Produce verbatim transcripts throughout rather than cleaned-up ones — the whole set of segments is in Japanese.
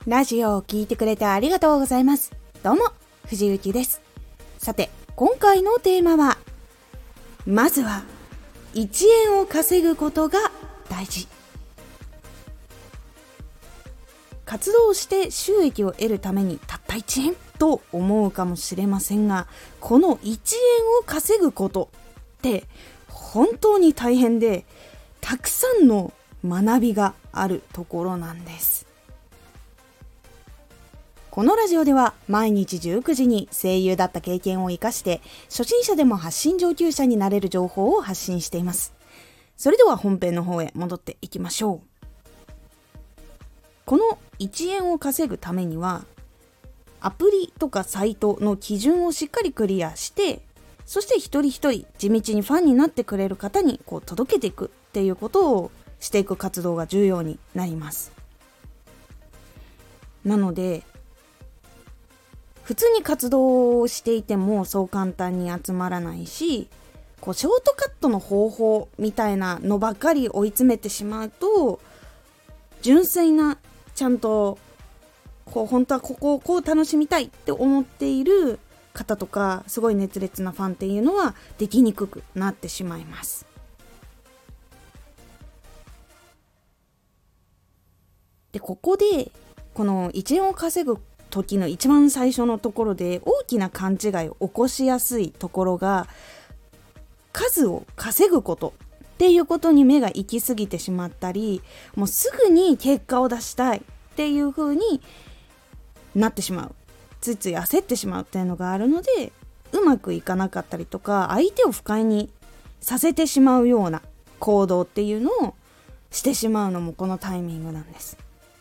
ラジオを聞いてくれてありがとうございます。どうも、藤幸です。さて、今回のテーマは、まずはいちえんを稼ぐことが大事。活動して収益を得るためにたったいちえんと思うかもしれませんが、このいちえんを稼ぐことって本当に大変で、たくさんの学びがあるところなんです。このラジオでは毎日じゅうくじに声優だった経験を生かして初心者でも発信上級者になれる情報を発信しています。それでは本編の方へ戻っていきましょう。このいちえんを稼ぐためにはアプリとかサイトの基準をしっかりクリアして、そして一人一人地道にファンになってくれる方にこう届けていくっていうことをしていく活動が重要になります。なので普通に活動をしていてもそう簡単に集まらないし、こうショートカットの方法みたいなのばっかり追い詰めてしまうと、純粋なちゃんとこう本当はここをこう楽しみたいって思っている方とか、すごい熱烈なファンっていうのはできにくくなってしまいます。で、ここでこのいちえんを稼ぐ時の一番最初のところで大きな勘違いを起こしやすいところが、数を稼ぐことっていうことに目が行き過ぎてしまったり、もうすぐに結果を出したいっていう風になってしまう、ついつい焦ってしまうっていうのがあるので、うまくいかなかったりとか相手を不快にさせてしまうような行動っていうのをしてしまうのもこのタイミングなんです。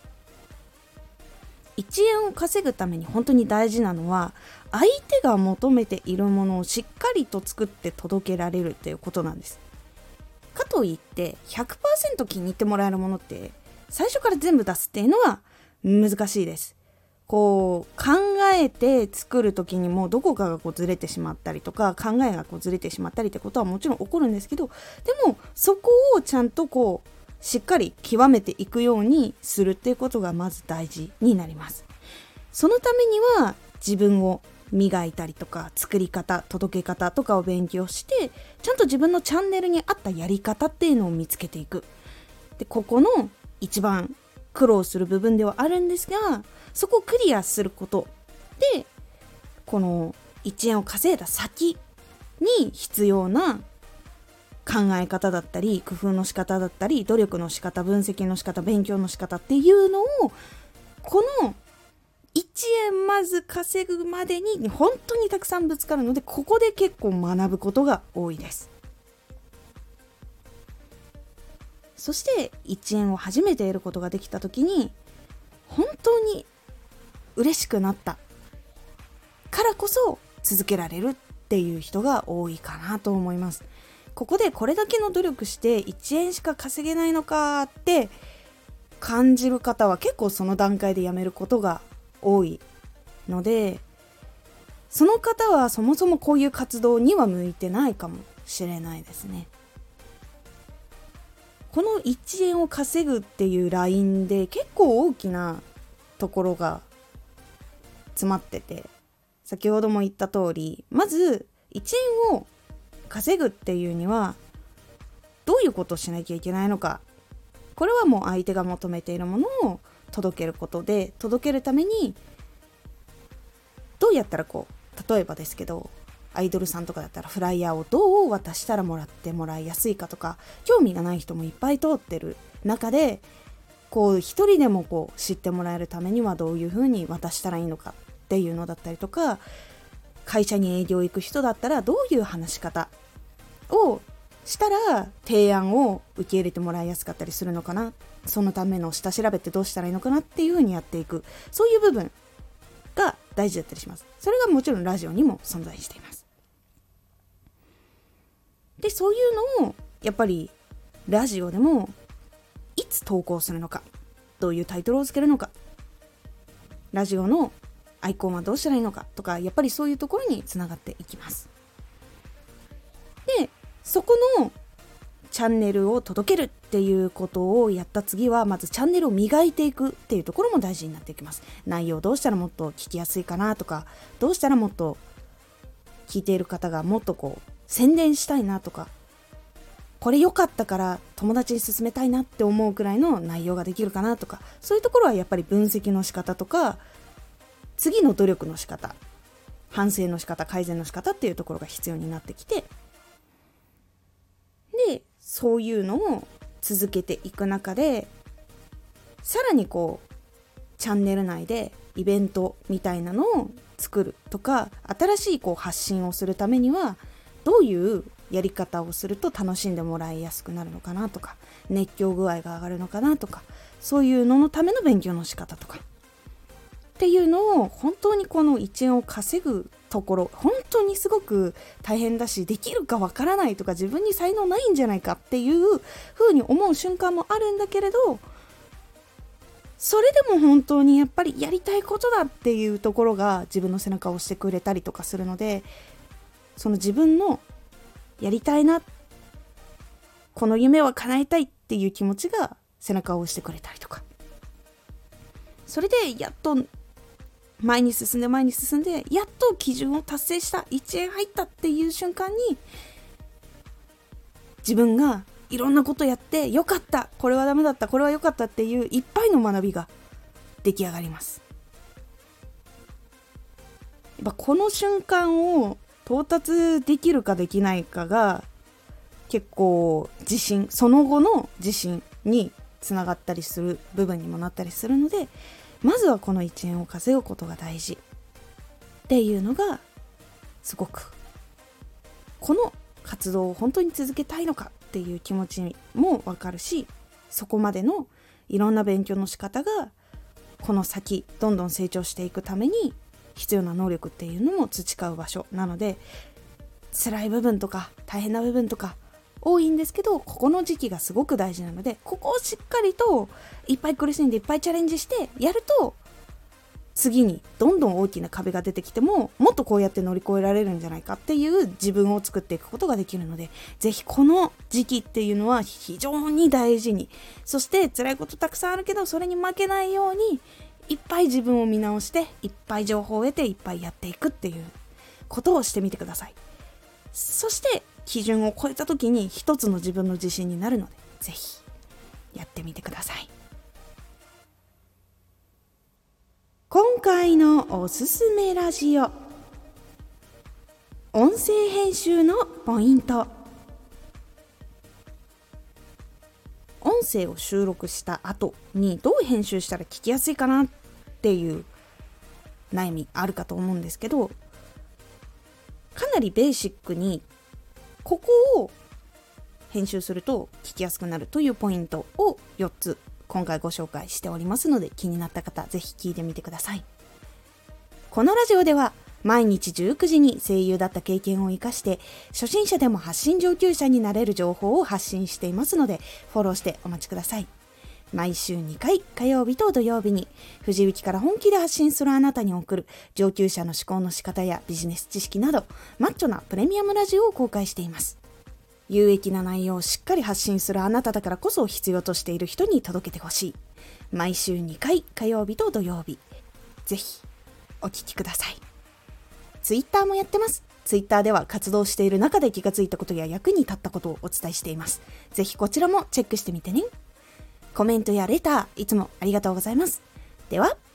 いちえんを稼ぐために本当に大事なのは、相手が求めているものをしっかりと作って届けられるっていうことなんです。かといって ひゃくパーセント 気に入ってもらえるものって最初から全部出すっていうのは難しいです。こう考えて作る時にもどこかがこうずれてしまったりとか、考えがこうずれてしまったりってことはもちろん起こるんですけど、でもそこをちゃんとこうしっかり極めていくようにするっていうことがまず大事になります。そのためには自分を磨いたりとか、作り方、届け方とかを勉強して、ちゃんと自分のチャンネルに合ったやり方っていうのを見つけていく。で、ここの一番苦労する部分ではあるんですが、そこをクリアすることで、このいちえんを稼いだ先に必要な考え方だったり、工夫の仕方だったり、努力の仕方、分析の仕方、勉強の仕方っていうのを、このいちえんまず稼ぐまでに本当にたくさんぶつかるので、ここで結構学ぶことが多いです。そしていちえんを初めて得ることができた時に本当に嬉しくなったからこそ続けられるっていう人が多いかなと思います。ここでこれだけの努力していちえんしか稼げないのかって感じる方は結構その段階でやめることが多いので、その方はそもそもこういう活動には向いてないかもしれないですね。このいちえんを稼ぐっていうラインで結構大きなところが詰まってて、先ほども言った通り、まずいちえんを稼ぐっていうにはどういうことをしなきゃいけないのか。これはもう相手が求めているものを届けることで、届けるためにどうやったらこう、例えばですけどアイドルさんとかだったらフライヤーをどう渡したらもらってもらいやすいかとか、興味がない人もいっぱい通ってる中で、こう一人でもこう知ってもらえるためにはどういうふうに渡したらいいのかっていうのだったりとか、会社に営業行く人だったらどういう話し方をしたら提案を受け入れてもらいやすかったりするのかな、そのための下調べってどうしたらいいのかなっていうふうにやっていく、そういう部分が大事だったりします。それがもちろんラジオにも存在しています。で、そういうのをやっぱりラジオでもいつ投稿するのか、どういうタイトルをつけるのか、ラジオのアイコンはどうしたらいいのかとか、やっぱりそういうところにつながっていきます。で、そこのチャンネルを届けるっていうことをやった次は、まずチャンネルを磨いていくっていうところも大事になってきます。内容どうしたらもっと聞きやすいかなとか、どうしたらもっと聞いている方がもっとこう宣伝したいなとか、これ良かったから友達に勧めたいなって思うくらいの内容ができるかなとか、そういうところはやっぱり分析の仕方とか、次の努力の仕方、反省の仕方、改善の仕方っていうところが必要になってきて、でそういうのを続けていく中で、さらにこうチャンネル内でイベントみたいなのを作るとか、新しいこう発信をするためにはどういうやり方をすると楽しんでもらいやすくなるのかなとか、熱狂具合が上がるのかなとか、そういうののための勉強の仕方とかっていうのを、本当にこのいちえんを稼ぐところ、本当にすごく大変だし、できるかわからないとか、自分に才能ないんじゃないかっていう風に思う瞬間もあるんだけれど、それでも本当にやっぱりやりたいことだっていうところが自分の背中を押してくれたりとかするので、その自分のやりたいな、この夢は叶えたいっていう気持ちが背中を押してくれたりとか、それでやっと前に進んで前に進んでやっと基準を達成した、いちえん入ったっていう瞬間に、自分がいろんなことやってよかった、これはダメだった、これはよかったっていういっぱいの学びが出来上がります。やっぱこの瞬間を到達できるかできないかが結構自信、その後の自信につながったりする部分にもなったりするので、まずはこのいちえんを稼ぐことが大事っていうのが、すごくこの活動を本当に続けたいのかっていう気持ちもわかるし、そこまでのいろんな勉強の仕方がこの先どんどん成長していくために必要な能力っていうのも培う場所なので、辛い部分とか大変な部分とか多いんですけど、ここの時期がすごく大事なので、ここをしっかりといっぱい苦しんでいっぱいチャレンジしてやると、次にどんどん大きな壁が出てきてももっとこうやって乗り越えられるんじゃないかっていう自分を作っていくことができるので、ぜひこの時期っていうのは非常に大事に、そして辛いことたくさんあるけどそれに負けないようにいっぱい自分を見直して、いっぱい情報を得ていっぱいやっていくっていうことをしてみてください。そして基準を超えた時に一つの自分の自信になるので、ぜひやってみてください。今回のおすすめラジオ、音声編集のポイント。音声を収録した後にどう編集したら聞きやすいかなっていう悩みあるかと思うんですけど、かなりベーシックにここを編集すると聞きやすくなるというポイントをよっつ今回ご紹介しておりますので、気になった方ぜひ聞いてみてください。このラジオでは毎日じゅうくじに声優だった経験を生かして初心者でも発信上級者になれる情報を発信していますので、フォローしてお待ちください。毎週にかい、火曜日と土曜日に藤雪から本気で発信するあなたに送る上級者の思考の仕方やビジネス知識などマッチョなプレミアムラジオを公開しています。有益な内容をしっかり発信するあなただからこそ必要としている人に届けてほしい。毎週にかい、火曜日と土曜日、ぜひお聞きください。ツイッターもやってます。ツイッターでは活動している中で気がついたことや役に立ったことをお伝えしています。ぜひこちらもチェックしてみてね。コメントやレターいつもありがとうございます。では。